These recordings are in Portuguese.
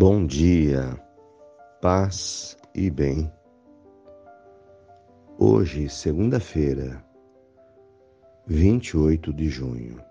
Bom dia, paz e bem. Hoje, segunda-feira, 28 de junho.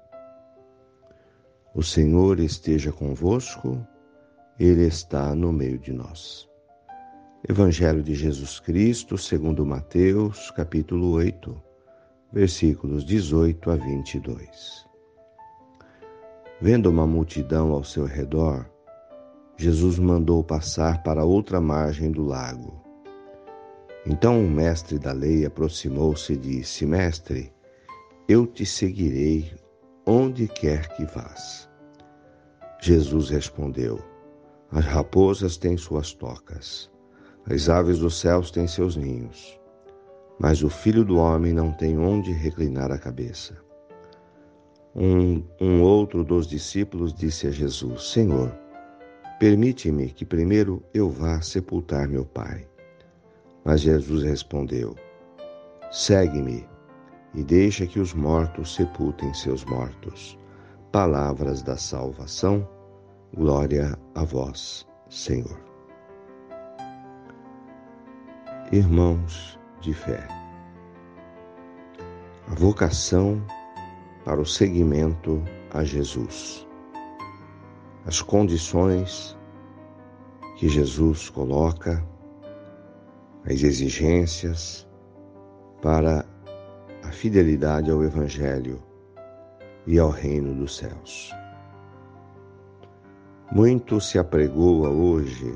O Senhor esteja convosco, Ele está no meio de nós. Evangelho de Jesus Cristo, segundo Mateus, capítulo 8, versículos 18 a 22. Vendo uma multidão ao seu redor, Jesus mandou passar para outra margem do lago. Então o mestre da lei aproximou-se e disse: Mestre, eu te seguirei onde quer que vás. Jesus respondeu: As raposas têm suas tocas, as aves dos céus têm seus ninhos, mas o Filho do Homem não tem onde reclinar a cabeça. Um outro dos discípulos disse a Jesus: Senhor, permite-me que primeiro eu vá sepultar meu pai. Mas Jesus respondeu: Segue-me e deixa que os mortos sepultem seus mortos. Palavras da salvação, glória a vós, Senhor. Irmãos de fé, a vocação para o seguimento a Jesus. As condições que Jesus coloca, as exigências para a fidelidade ao Evangelho e ao reino dos céus. Muito se apregoa hoje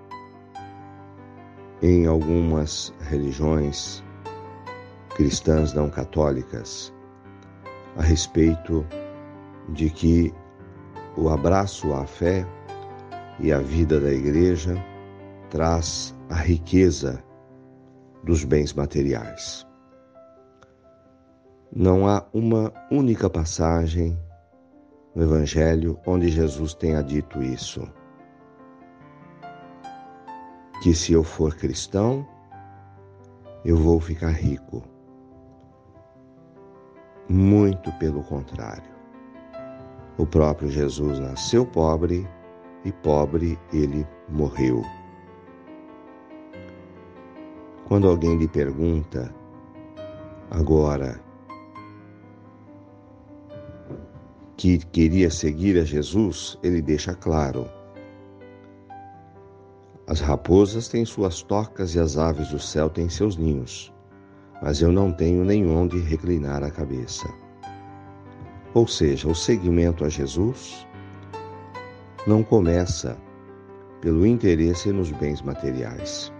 em algumas religiões cristãs não católicas a respeito de que o abraço à fé e à vida da igreja traz a riqueza dos bens materiais. Não há uma única passagem no Evangelho onde Jesus tenha dito isso. Que se eu for cristão, eu vou ficar rico. Muito pelo contrário. O próprio Jesus nasceu pobre e pobre ele morreu. Quando alguém lhe pergunta agora que queria seguir a Jesus, ele deixa claro: as raposas têm suas tocas e as aves do céu têm seus ninhos, mas eu não tenho nem onde reclinar a cabeça. Ou seja, o seguimento a Jesus não começa pelo interesse nos bens materiais,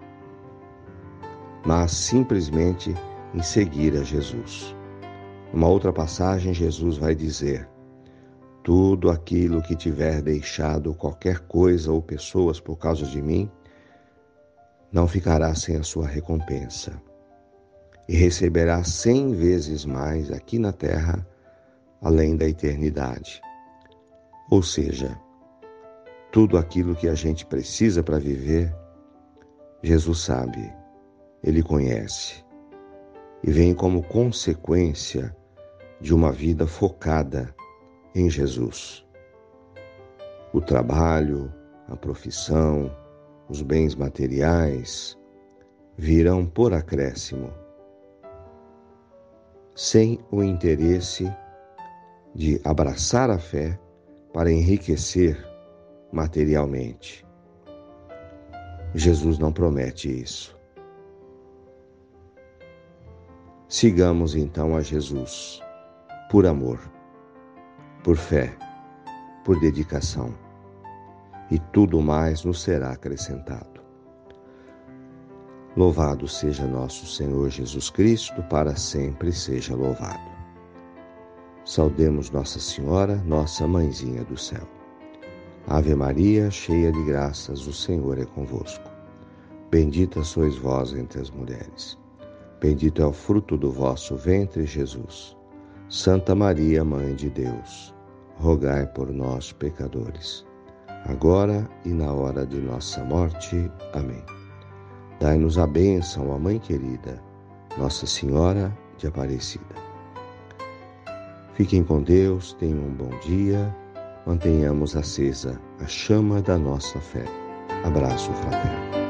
mas simplesmente em seguir a Jesus. Numa outra passagem, Jesus vai dizer: tudo aquilo que tiver deixado qualquer coisa ou pessoas por causa de mim, não ficará sem a sua recompensa, e receberá 100 vezes mais aqui na terra, além da eternidade. Ou seja, tudo aquilo que a gente precisa para viver, Jesus sabe, Ele conhece, e vem como consequência de uma vida focada em Jesus. O trabalho, a profissão, os bens materiais virão por acréscimo, sem o interesse de abraçar a fé para enriquecer materialmente. Jesus não promete isso. Sigamos então a Jesus, por amor, por fé, por dedicação, e tudo mais nos será acrescentado. Louvado seja nosso Senhor Jesus Cristo, para sempre seja louvado. Saudemos Nossa Senhora, nossa mãezinha do céu. Ave Maria, cheia de graças, o Senhor é convosco. Bendita sois vós entre as mulheres. Bendito é o fruto do vosso ventre, Jesus. Santa Maria, Mãe de Deus, rogai por nós, pecadores, agora e na hora de nossa morte. Amém. Dai-nos a bênção, ó Mãe querida, Nossa Senhora de Aparecida. Fiquem com Deus, tenham um bom dia, mantenhamos acesa a chama da nossa fé. Abraço fraterno.